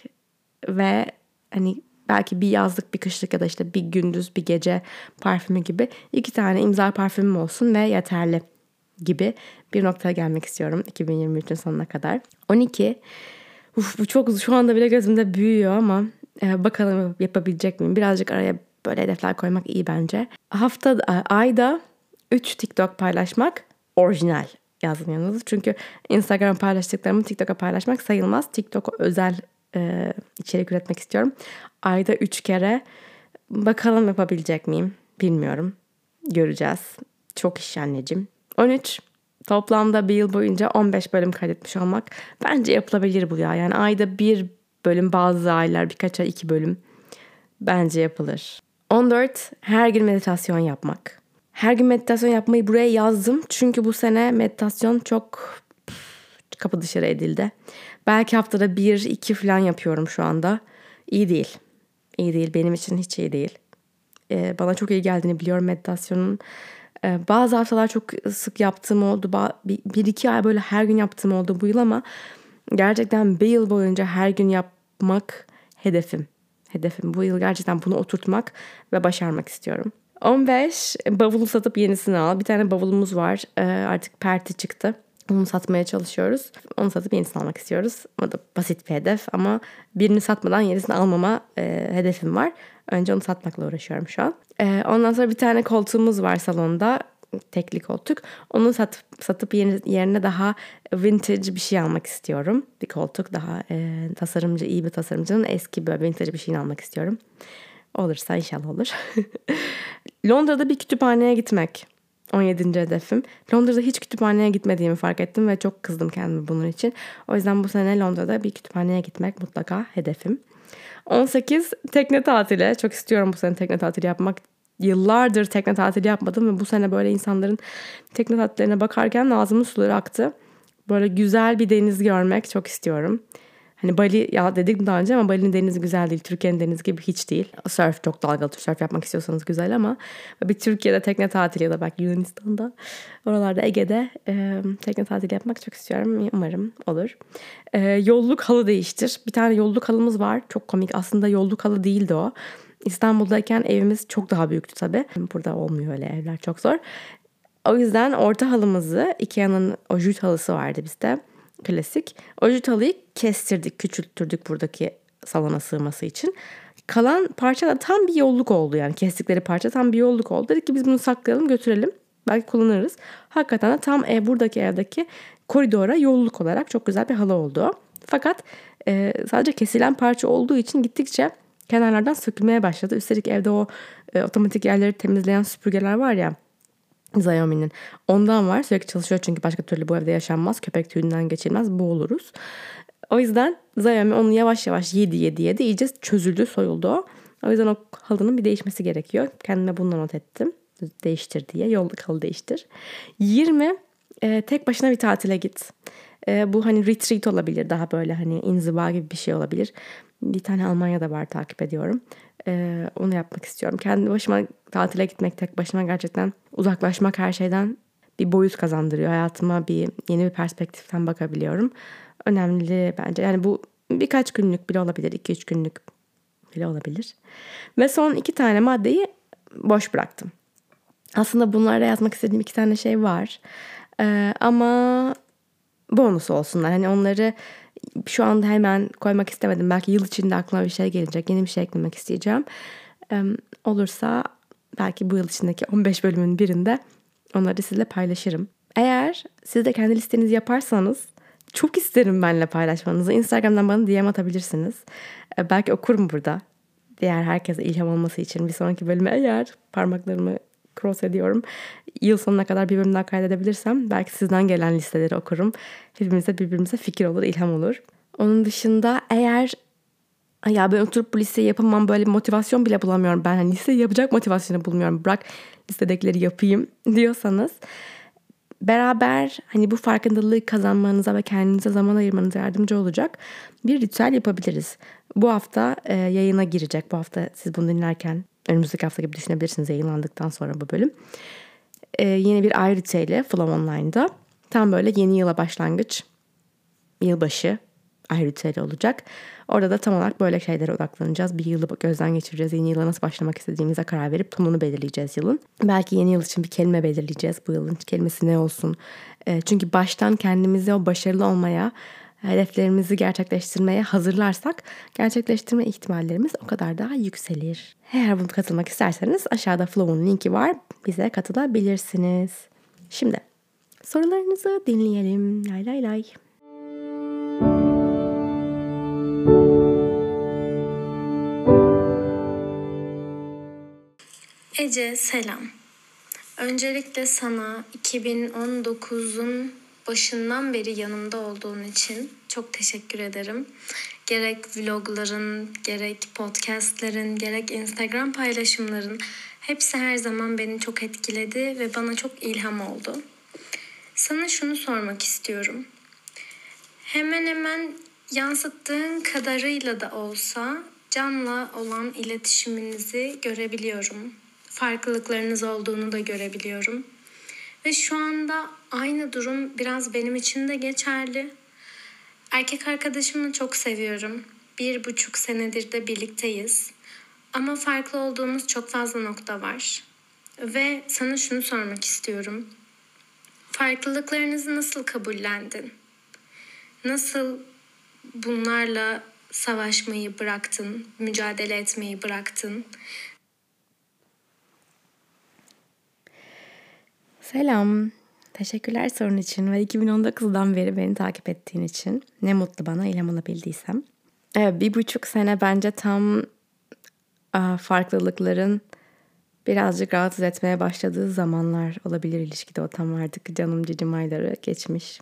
ve hani belki bir yazlık, bir kışlık ya da işte bir gündüz, bir gece parfümü gibi iki tane imza parfümüm olsun ve yeterli gibi bir noktaya gelmek istiyorum iki bin yirmi üçün sonuna kadar. on iki. Uf, bu çok şu anda bile gözümde büyüyor ama e, bakalım yapabilecek miyim? Birazcık araya böyle hedefler koymak iyi bence. Hafta, ayda üç TikTok paylaşmak. Orijinal yazdım yalnız. Çünkü Instagram paylaştıklarımı TikTok'a paylaşmak sayılmaz. TikTok'a özel e, içerik üretmek istiyorum. Ayda üç kere. Bakalım yapabilecek miyim? Bilmiyorum. Göreceğiz. Çok iş anneciğim. on üç. Toplamda bir yıl boyunca on beş bölüm kaydetmiş olmak. Bence yapılabilir bu ya. Yani ayda bir bölüm, bazı aylar birkaç ay iki bölüm. Bence yapılır. on dört. Her gün meditasyon yapmak. Her gün meditasyon yapmayı buraya yazdım. Çünkü bu sene meditasyon çok kapı dışarı edildi. Belki haftada bir, iki falan yapıyorum şu anda. İyi değil. İyi değil. Benim için hiç iyi değil. Ee, bana çok iyi geldiğini biliyorum meditasyonun. Ee, bazı haftalar çok sık yaptığım oldu. Ba- bir, bir iki ay böyle her gün yaptığım oldu bu yıl ama gerçekten bir yıl boyunca her gün yapmak hedefim. Hedefim bu yıl gerçekten bunu oturtmak ve başarmak istiyorum. on beş bavulu satıp yenisini al. Bir tane bavulumuz var. Ee, artık perti çıktı. Onu satmaya çalışıyoruz. Onu satıp yenisini almak istiyoruz. O da basit bir hedef ama birini satmadan yenisini almama e, hedefim var. Önce onu satmakla uğraşıyorum şu an. E, ondan sonra bir tane koltuğumuz var salonda. Tekli koltuk. Onu sat, satıp yeni, yerine daha vintage bir şey almak istiyorum. Bir koltuk daha e, tasarımcı, iyi bir tasarımcının eski böyle vintage bir şeyini almak istiyorum. Olursa inşallah olur. Londra'da bir kütüphaneye gitmek. on yedinci hedefim. Londra'da hiç kütüphaneye gitmediğimi fark ettim ve çok kızdım kendime bunun için. O yüzden bu sene Londra'da bir kütüphaneye gitmek mutlaka hedefim. on sekiz tekne tatili. Çok istiyorum bu sene tekne tatili yapmak. Yıllardır tekne tatili yapmadım ve bu sene böyle insanların tekne tatillerine bakarken ağzımın suları aktı. Böyle güzel bir deniz görmek çok istiyorum. Hani Bali ya dedik daha önce ama Bali'nin denizi güzel değil. Türkiye'nin denizi gibi hiç değil. Surf çok dalgalı. Surf yapmak istiyorsanız güzel ama bir Türkiye'de tekne tatili ya da belki Yunanistan'da oralarda Ege'de e, tekne tatili yapmak çok istiyorum. Umarım olur. E, yolluk halı değiştir. Bir tane yolluk halımız var. Çok komik. Aslında yolluk halı değildi o. İstanbul'dayken evimiz çok daha büyüktü tabii. Burada olmuyor öyle, evler çok zor. O yüzden orta halımızı, Ikea'nın o jüt halısı vardı bizde. Klasik. O jüt halıyı kestirdik, küçülttürdük buradaki salona sığması için. Kalan parça da tam bir yolluk oldu yani. Kestikleri parça tam bir yolluk oldu. Dedik ki biz bunu saklayalım, götürelim. Belki kullanırız. Hakikaten de tam ev, buradaki evdeki koridora yolluk olarak çok güzel bir halı oldu. Fakat e, sadece kesilen parça olduğu için gittikçe kenarlardan sökülmeye başladı. Üstelik evde o e, otomatik yerleri temizleyen süpürgeler var ya, Xiaomi'nin. Ondan var. Sürekli çalışıyor çünkü başka türlü bu evde yaşanmaz. Köpek tüyünden geçilmez. Boğuluruz. O yüzden Xiaomi onu yavaş yavaş yedi yedi yedi. İyice çözüldü, soyuldu o. O yüzden o halının bir değişmesi gerekiyor. Kendime bundan not ettim. Değiştir diye. Yolluk halı değiştir. yirmi e, tek başına bir tatile git. E, bu hani retreat olabilir. Daha böyle hani inziva gibi bir şey olabilir. Bir tane Almanya'da var, takip ediyorum. Ee, onu yapmak istiyorum. Kendi başıma tatile gitmek, tek başıma gerçekten uzaklaşmak her şeyden bir boyut kazandırıyor. Hayatıma bir yeni bir perspektiften bakabiliyorum. Önemli bence. Yani bu birkaç günlük bile olabilir. iki üç günlük bile olabilir. Ve son iki tane maddeyi boş bıraktım. Aslında bunlarda yazmak istediğim iki tane şey var. Ee, ama bonus olsunlar. Hani onları şu anda hemen koymak istemedim. Belki yıl içinde aklıma bir şey gelecek. Yeni bir şey eklemek isteyeceğim. Ee, olursa belki bu yıl içindeki on beş bölümün birinde onları sizinle paylaşırım. Eğer siz de kendi listenizi yaparsanız çok isterim benimle paylaşmanızı. Instagram'dan bana D M atabilirsiniz. Ee, belki okurum burada. Diğer herkese ilham olması için bir sonraki bölüme eğer parmaklarımı cross ediyorum. Yıl sonuna kadar bir bölüm daha kaydedebilirsem belki sizden gelen listeleri okurum. Hepimize birbirimize fikir olur, ilham olur. Onun dışında eğer ya ben oturup bu listeyi yapamam, böyle motivasyon bile bulamıyorum. Ben hani listeyi yapacak motivasyonu bulmuyorum. Bırak listedekileri yapayım diyorsanız beraber hani bu farkındalığı kazanmanıza ve kendinize zaman ayırmanıza yardımcı olacak bir ritüel yapabiliriz. Bu hafta e, yayına girecek. Bu hafta siz bunu dinlerken önümüzdeki hafta gibi düşünebilirsiniz, yayınlandıktan sonra bu bölüm. E, yeni bir ay ritüeli Flow Online'da. Tam böyle yeni yıla başlangıç, yılbaşı ay ritüeli olacak. Orada da tam olarak böyle şeylere odaklanacağız. Bir yılı gözden geçireceğiz. Yeni yıla nasıl başlamak istediğimize karar verip tonunu belirleyeceğiz yılın. Belki yeni yıl için bir kelime belirleyeceğiz. Bu yılın kelimesi ne olsun? E, çünkü baştan kendimizi o başarılı olmaya, hedeflerimizi gerçekleştirmeye hazırlarsak gerçekleştirme ihtimallerimiz o kadar daha yükselir. Eğer bunu katılmak isterseniz aşağıda Flow'un linki var. Bize katılabilirsiniz. Şimdi sorularınızı dinleyelim. Lay lay lay. Ece selam. Öncelikle sana iki bin on dokuzun başından beri yanımda olduğun için çok teşekkür ederim. Gerek vlogların, gerek podcastlerin, gerek Instagram paylaşımların hepsi her zaman beni çok etkiledi ve bana çok ilham oldu. Sana şunu sormak istiyorum. Hemen hemen yansıttığın kadarıyla da olsa Can'la olan iletişiminizi görebiliyorum. Farklılıklarınız olduğunu da görebiliyorum. Ve şu anda aynı durum biraz benim için de geçerli. Erkek arkadaşımı çok seviyorum. Bir buçuk senedir de birlikteyiz. Ama farklı olduğumuz çok fazla nokta var. Ve sana şunu sormak istiyorum. Farklılıklarınızı nasıl kabullendin? Nasıl bunlarla savaşmayı bıraktın, mücadele etmeyi bıraktın? Selam. Teşekkürler sorun için ve iki bin on dokuzdan beri beni takip ettiğin için. Ne mutlu bana ilham olabildiysem. Evet, bir buçuk sene bence tam a, farklılıkların birazcık rahatsız etmeye başladığı zamanlar olabilir ilişkide. O tam artık canım cicim ayları geçmiş.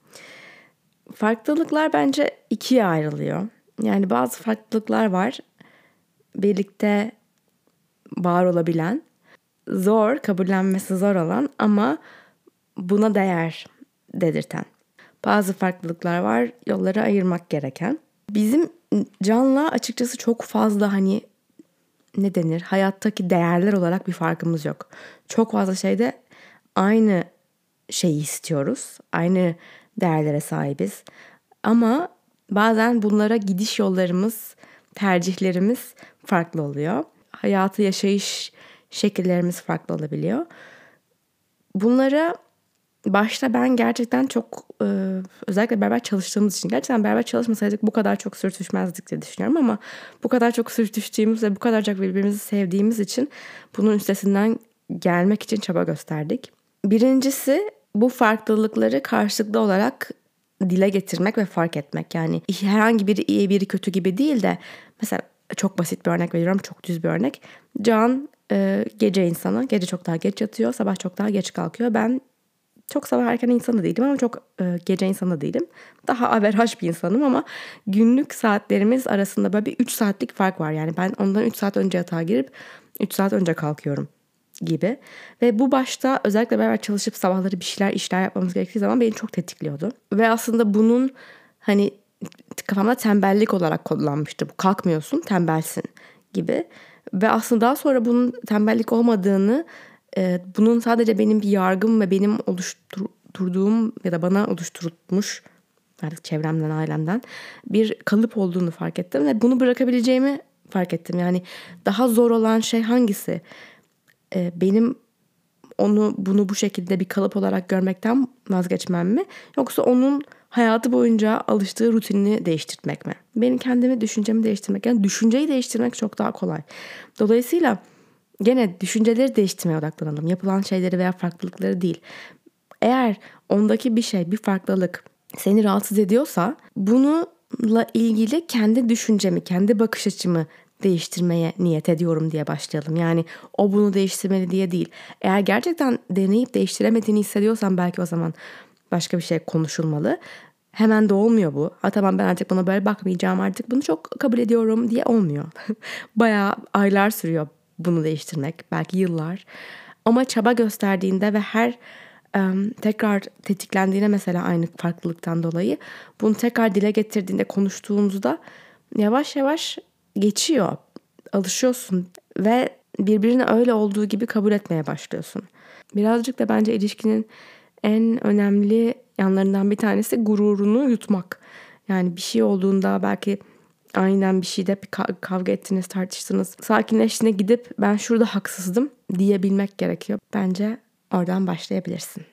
Farklılıklar bence ikiye ayrılıyor. Yani bazı farklılıklar var. Birlikte var olabilen, zor, kabullenmesi zor olan ama buna değer dedirten. Bazı farklılıklar var, yolları ayırmak gereken. Bizim Can'la açıkçası çok fazla hani ne denir, hayattaki değerler olarak bir farkımız yok. Çok fazla şeyde aynı şeyi istiyoruz. Aynı değerlere sahibiz. Ama bazen bunlara gidiş yollarımız, tercihlerimiz farklı oluyor. Hayatı yaşayış şekillerimiz farklı olabiliyor. Bunlara başta ben gerçekten çok e, özellikle beraber çalıştığımız için gerçekten beraber çalışmasaydık bu kadar çok sürtüşmezdik diye düşünüyorum ama bu kadar çok sürtüştüğümüz ve bu kadar çok birbirimizi sevdiğimiz için bunun üstesinden gelmek için çaba gösterdik. Birincisi bu farklılıkları karşılıklı olarak dile getirmek ve fark etmek. Yani herhangi biri iyi biri kötü gibi değil de mesela çok basit bir örnek veriyorum, çok düz bir örnek. Can e, gece insanı, gece çok daha geç yatıyor, sabah çok daha geç kalkıyor. Ben çok sabah erken insan da değilim ama çok e, gece insanı da değilim. Daha averaj bir insanım ama günlük saatlerimiz arasında böyle bir üç saatlik fark var. Yani ben ondan üç saat önce yatağa girip üç saat önce kalkıyorum gibi. Ve bu başta özellikle beraber çalışıp sabahları bir şeyler işler yapmamız gerektiği zaman beni çok tetikliyordu. Ve aslında bunun hani kafamda tembellik olarak kodlanmıştı. Bu kalkmıyorsun, tembelsin gibi. Ve aslında daha sonra bunun tembellik olmadığını, bunun sadece benim bir yargım ve benim oluşturduğum ya da bana oluşturulmuş artık çevremden, ailemden bir kalıp olduğunu fark ettim. Ve bunu bırakabileceğimi fark ettim. Yani daha zor olan şey hangisi? Benim onu bunu bu şekilde bir kalıp olarak görmekten vazgeçmem mi? Yoksa onun hayatı boyunca alıştığı rutinini değiştirmek mi? Benim kendimi, düşüncemi değiştirmek. Yani düşünceyi değiştirmek çok daha kolay. Dolayısıyla gene düşünceleri değiştirmeye odaklanalım. Yapılan şeyleri veya farklılıkları değil. Eğer ondaki bir şey, bir farklılık seni rahatsız ediyorsa bununla ilgili kendi düşüncemi, kendi bakış açımı değiştirmeye niyet ediyorum diye başlayalım. Yani o bunu değiştirmeli diye değil. Eğer gerçekten deneyip değiştiremediğini hissediyorsan belki o zaman başka bir şey konuşulmalı. Hemen de olmuyor bu. Ha tamam ben artık buna böyle bakmayacağım, artık bunu çok kabul ediyorum diye olmuyor. Bayağı aylar sürüyor bunu değiştirmek. Belki yıllar. Ama çaba gösterdiğinde ve her um, tekrar tetiklendiğine mesela aynı farklılıktan dolayı bunu tekrar dile getirdiğinde, konuştuğumuzda yavaş yavaş geçiyor. Alışıyorsun ve birbirini öyle olduğu gibi kabul etmeye başlıyorsun. Birazcık da bence ilişkinin en önemli yanlarından bir tanesi gururunu yutmak. Yani bir şey olduğunda belki aynen bir şeyde bir kavga ettiniz, tartıştınız. Sakinleştiğine gidip ben şurada haksızdım diyebilmek gerekiyor. Bence oradan başlayabilirsin.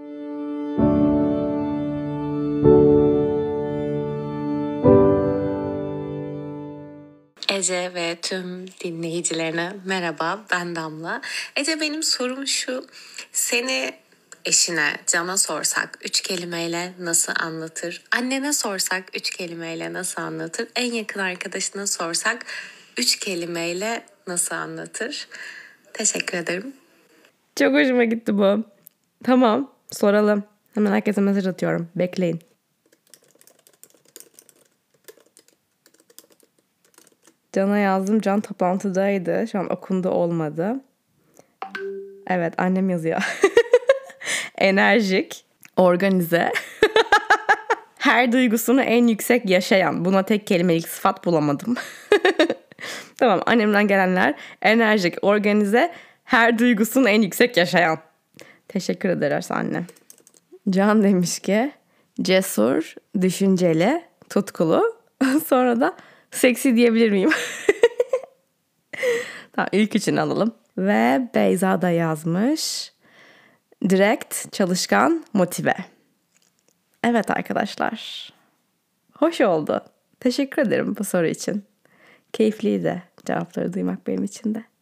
Ece ve tüm dinleyicilerine merhaba, ben Damla. Ece, benim sorum şu: seni eşine, Can'a sorsak üç kelimeyle nasıl anlatır? Annene sorsak üç kelimeyle nasıl anlatır? En yakın arkadaşına sorsak üç kelimeyle nasıl anlatır? Teşekkür ederim. Çok hoşuma gitti bu. Tamam, soralım. Hemen herkese mesaj atıyorum. Bekleyin. Can'a yazdım. Can toplantıdaydı. Şu an okundu, olmadı. Evet, annem yazıyor. Enerjik, organize, her duygusunu en yüksek yaşayan. Buna tek kelimelik sıfat bulamadım. Tamam, annemden gelenler: enerjik, organize, her duygusunu en yüksek yaşayan. Teşekkür ederiz anne. Can demiş ki cesur, düşünceli, tutkulu. Sonra da seksi diyebilir miyim? Tamam, ilk için alalım. Ve Beyza da yazmış. Direkt, çalışkan, motive. Evet arkadaşlar. Hoş oldu. Teşekkür ederim bu soru için. Keyifliydi cevapları duymak benim için de.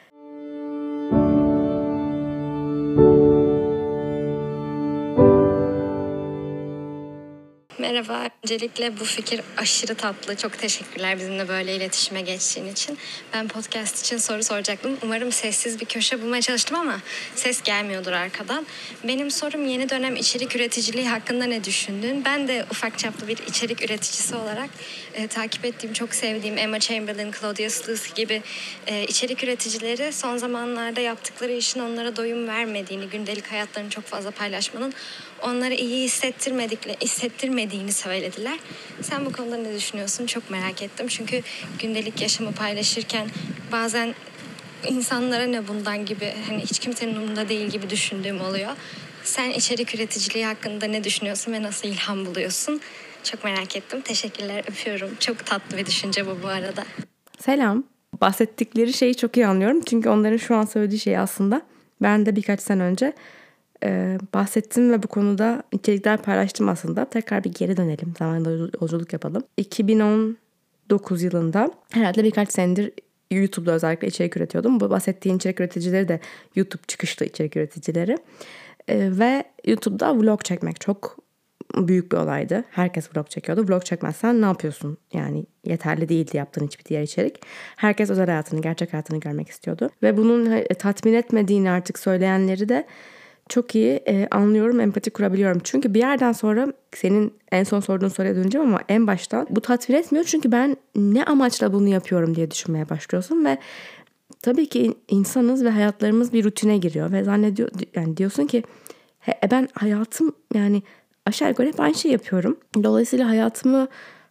Merhaba. Öncelikle bu fikir aşırı tatlı. Çok teşekkürler bizimle böyle iletişime geçtiğin için. Ben podcast için soru soracaktım. Umarım sessiz bir köşe bulmaya çalıştım ama ses gelmiyordur arkadan. Benim sorum yeni dönem içerik üreticiliği hakkında ne düşündün? Ben de ufak çaplı bir içerik üreticisi olarak e, takip ettiğim, çok sevdiğim Emma Chamberlain, Claudia Sluth gibi e, içerik üreticileri son zamanlarda yaptıkları işin onlara doyum vermediğini, gündelik hayatlarını çok fazla paylaşmanın onları iyi hissettirmedikleri, hissettirmediğini söylediler. Sen bu konuda ne düşünüyorsun? Çok merak ettim. Çünkü gündelik yaşamı paylaşırken bazen insanlara ne bundan gibi, hani hiç kimsenin umurunda değil gibi düşündüğüm oluyor. Sen içerik üreticiliği hakkında ne düşünüyorsun ve nasıl ilham buluyorsun? Çok merak ettim. Teşekkürler, öpüyorum. Çok tatlı bir düşünce bu bu arada. Selam. Bahsettikleri şeyi çok iyi anlıyorum. Çünkü onların şu an söylediği şey aslında ben de birkaç sene önce Ee, bahsettim ve bu konuda içerikler paylaştım aslında. Tekrar bir geri dönelim. Zamanda yolculuk yapalım. iki bin on dokuz yılında herhalde birkaç senedir YouTube'da özellikle içerik üretiyordum. Bu bahsettiğim içerik üreticileri de YouTube çıkışlı içerik üreticileri. Ee, ve YouTube'da vlog çekmek çok büyük bir olaydı. Herkes vlog çekiyordu. Vlog çekmezsen ne yapıyorsun? Yani yeterli değildi yaptığın hiçbir diğer içerik. Herkes özel hayatını, gerçek hayatını görmek istiyordu. Ve bunun tatmin etmediğini artık söyleyenleri de çok iyi e, anlıyorum, empati kurabiliyorum. Çünkü bir yerden sonra senin en son sorduğun soruya döneceğim ama en baştan bu tatmin etmiyor. Çünkü ben ne amaçla bunu yapıyorum diye düşünmeye başlıyorsun ve tabii ki insanız ve hayatlarımız bir rutine giriyor ve zannediyor yani diyorsun ki he, ben hayatım yani aşağı yukarı hep aynı şey yapıyorum. Dolayısıyla hayatımı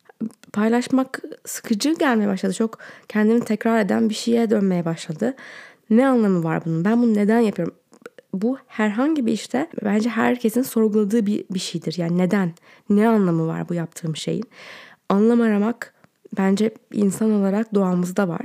paylaşmak sıkıcı gelmeye başladı. Çok kendini tekrar eden bir şeye dönmeye başladı. Ne anlamı var bunun? Ben bunu neden yapıyorum? Bu herhangi bir işte bence herkesin sorguladığı bir, bir şeydir. Yani neden? Ne anlamı var bu yaptığım şeyin? Anlam aramak bence insan olarak doğamızda var.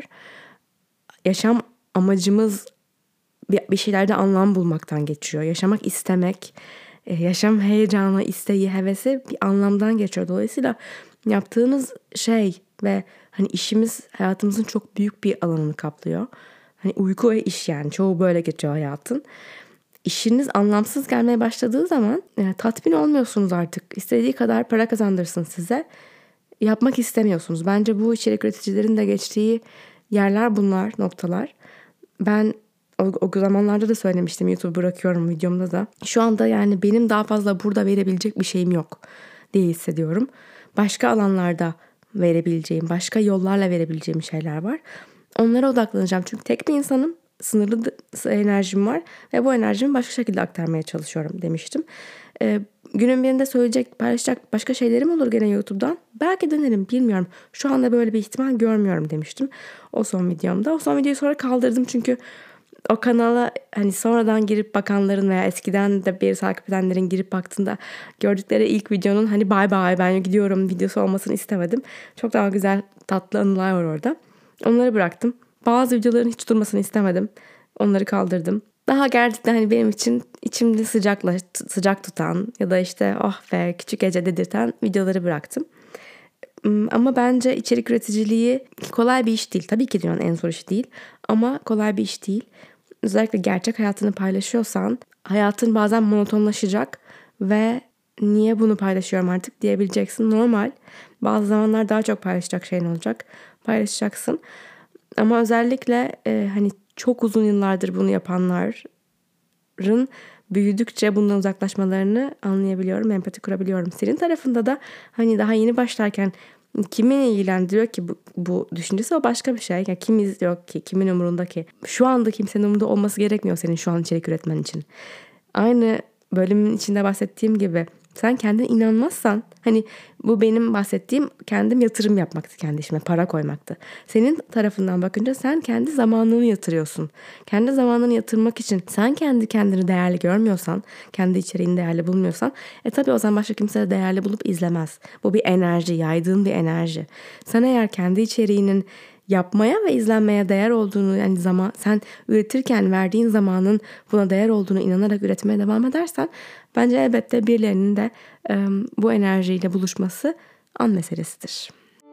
Yaşam amacımız bir, bir şeylerde anlam bulmaktan geçiyor. Yaşamak istemek, yaşam heyecanı, isteği, hevesi bir anlamdan geçiyor. Dolayısıyla yaptığınız şey ve hani işimiz hayatımızın çok büyük bir alanını kaplıyor. Hani uyku ve iş yani çoğu böyle geçiyor hayatın. İşiniz anlamsız gelmeye başladığı zaman yani tatmin olmuyorsunuz artık. İstediği kadar para kazandırsın size. Yapmak istemiyorsunuz. Bence bu içerik üreticilerin de geçtiği yerler bunlar, noktalar. Ben o, o zamanlarda da söylemiştim, YouTube bırakıyorum videomda da. Şu anda yani benim daha fazla burada verebilecek bir şeyim yok diye hissediyorum. Başka alanlarda verebileceğim, başka yollarla verebileceğim şeyler var. Onlara odaklanacağım. Çünkü tek bir insanım. Sınırlı enerjim var ve bu enerjimi başka şekilde aktarmaya çalışıyorum demiştim. Ee, günün birinde söyleyecek, paylaşacak başka şeylerim olur gene YouTube'dan. Belki dönerim, bilmiyorum. Şu anda böyle bir ihtimal görmüyorum demiştim o son videomda. O son videoyu sonra kaldırdım çünkü o kanala hani sonradan girip bakanların veya eskiden de beri takip edenlerin girip baktığında gördükleri ilk videonun hani bye bye ben gidiyorum videosu olmasını istemedim. Çok daha güzel tatlı anılar var orada. Onları bıraktım. Bazı videoların hiç durmasını istemedim. Onları kaldırdım. Daha gerçekten hani benim için içimde sıcakla, sıcak tutan ya da işte oh be küçük Ece dedirten videoları bıraktım. Ama bence içerik üreticiliği kolay bir iş değil. Tabii ki dünyanın en zor işi değil ama kolay bir iş değil. Özellikle gerçek hayatını paylaşıyorsan hayatın bazen monotonlaşacak ve niye bunu paylaşıyorum artık diyebileceksin. Normal. Bazı zamanlar daha çok paylaşacak şeyin olacak. Paylaşacaksın. Ama özellikle e, hani çok uzun yıllardır bunu yapanların büyüdükçe bundan uzaklaşmalarını anlayabiliyorum, empati kurabiliyorum. Senin tarafında da hani daha yeni başlarken kimin ilgilendiriyor ki bu, bu düşüncesi o başka bir şey. Yani kim izliyor ki, kimin umurunda ki? Şu anda kimsenin umurunda olması gerekmiyor senin şu an içerik üretmen için. Aynı bölümün içinde bahsettiğim gibi Sen kendine inanmazsan, hani bu benim bahsettiğim kendim yatırım yapmaktı kendi işime, para koymaktı. Senin tarafından bakınca sen kendi zamanını yatırıyorsun. Kendi zamanını yatırmak için sen kendi kendini değerli görmüyorsan, kendi içeriğini değerli bulmuyorsan, e tabii o zaman başka kimse de değerli bulup izlemez. Bu bir enerji, yaydığın bir enerji. Sen eğer kendi içeriğinin yapmaya ve izlenmeye değer olduğunu, yani zaman sen üretirken verdiğin zamanın buna değer olduğunu inanarak üretmeye devam edersen, bence elbette birilerinin de e, bu enerjiyle buluşması an meselesidir.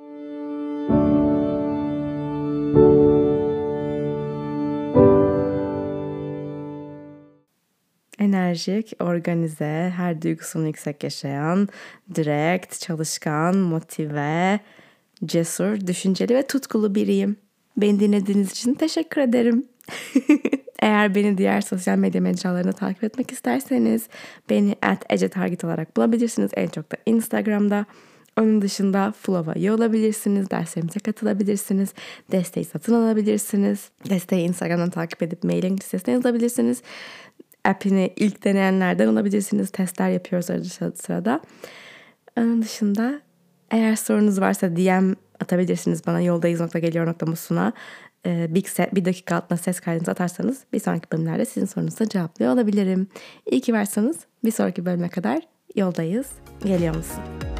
Enerjik, organize, her duygusunu yüksek yaşayan, direkt, çalışkan, motive, cesur, düşünceli ve tutkulu biriyim. Beni dinlediğiniz için teşekkür ederim. Eğer beni diğer sosyal medya mecralarında takip etmek isterseniz beni at ecetarget olarak bulabilirsiniz. En çok da Instagram'da. Onun dışında Flow'a olabilirsiniz. Derslerimize katılabilirsiniz. Desteği satın alabilirsiniz. Desteği Instagram'dan takip edip mailing listesine yazabilirsiniz. App'ini ilk deneyenlerden olabilirsiniz. Testler yapıyoruz arada sırada. Onun dışında eğer sorunuz varsa D M atabilirsiniz bana yoldayız nokta geliyor nokta musuna. Ee, bir, set, bir dakika altına ses kaydınızı atarsanız bir sonraki bölümlerde sizin sorunuzu cevaplıyor olabilirim. İyi ki varsanız bir sonraki bölüme kadar yoldayız. Geliyor musun?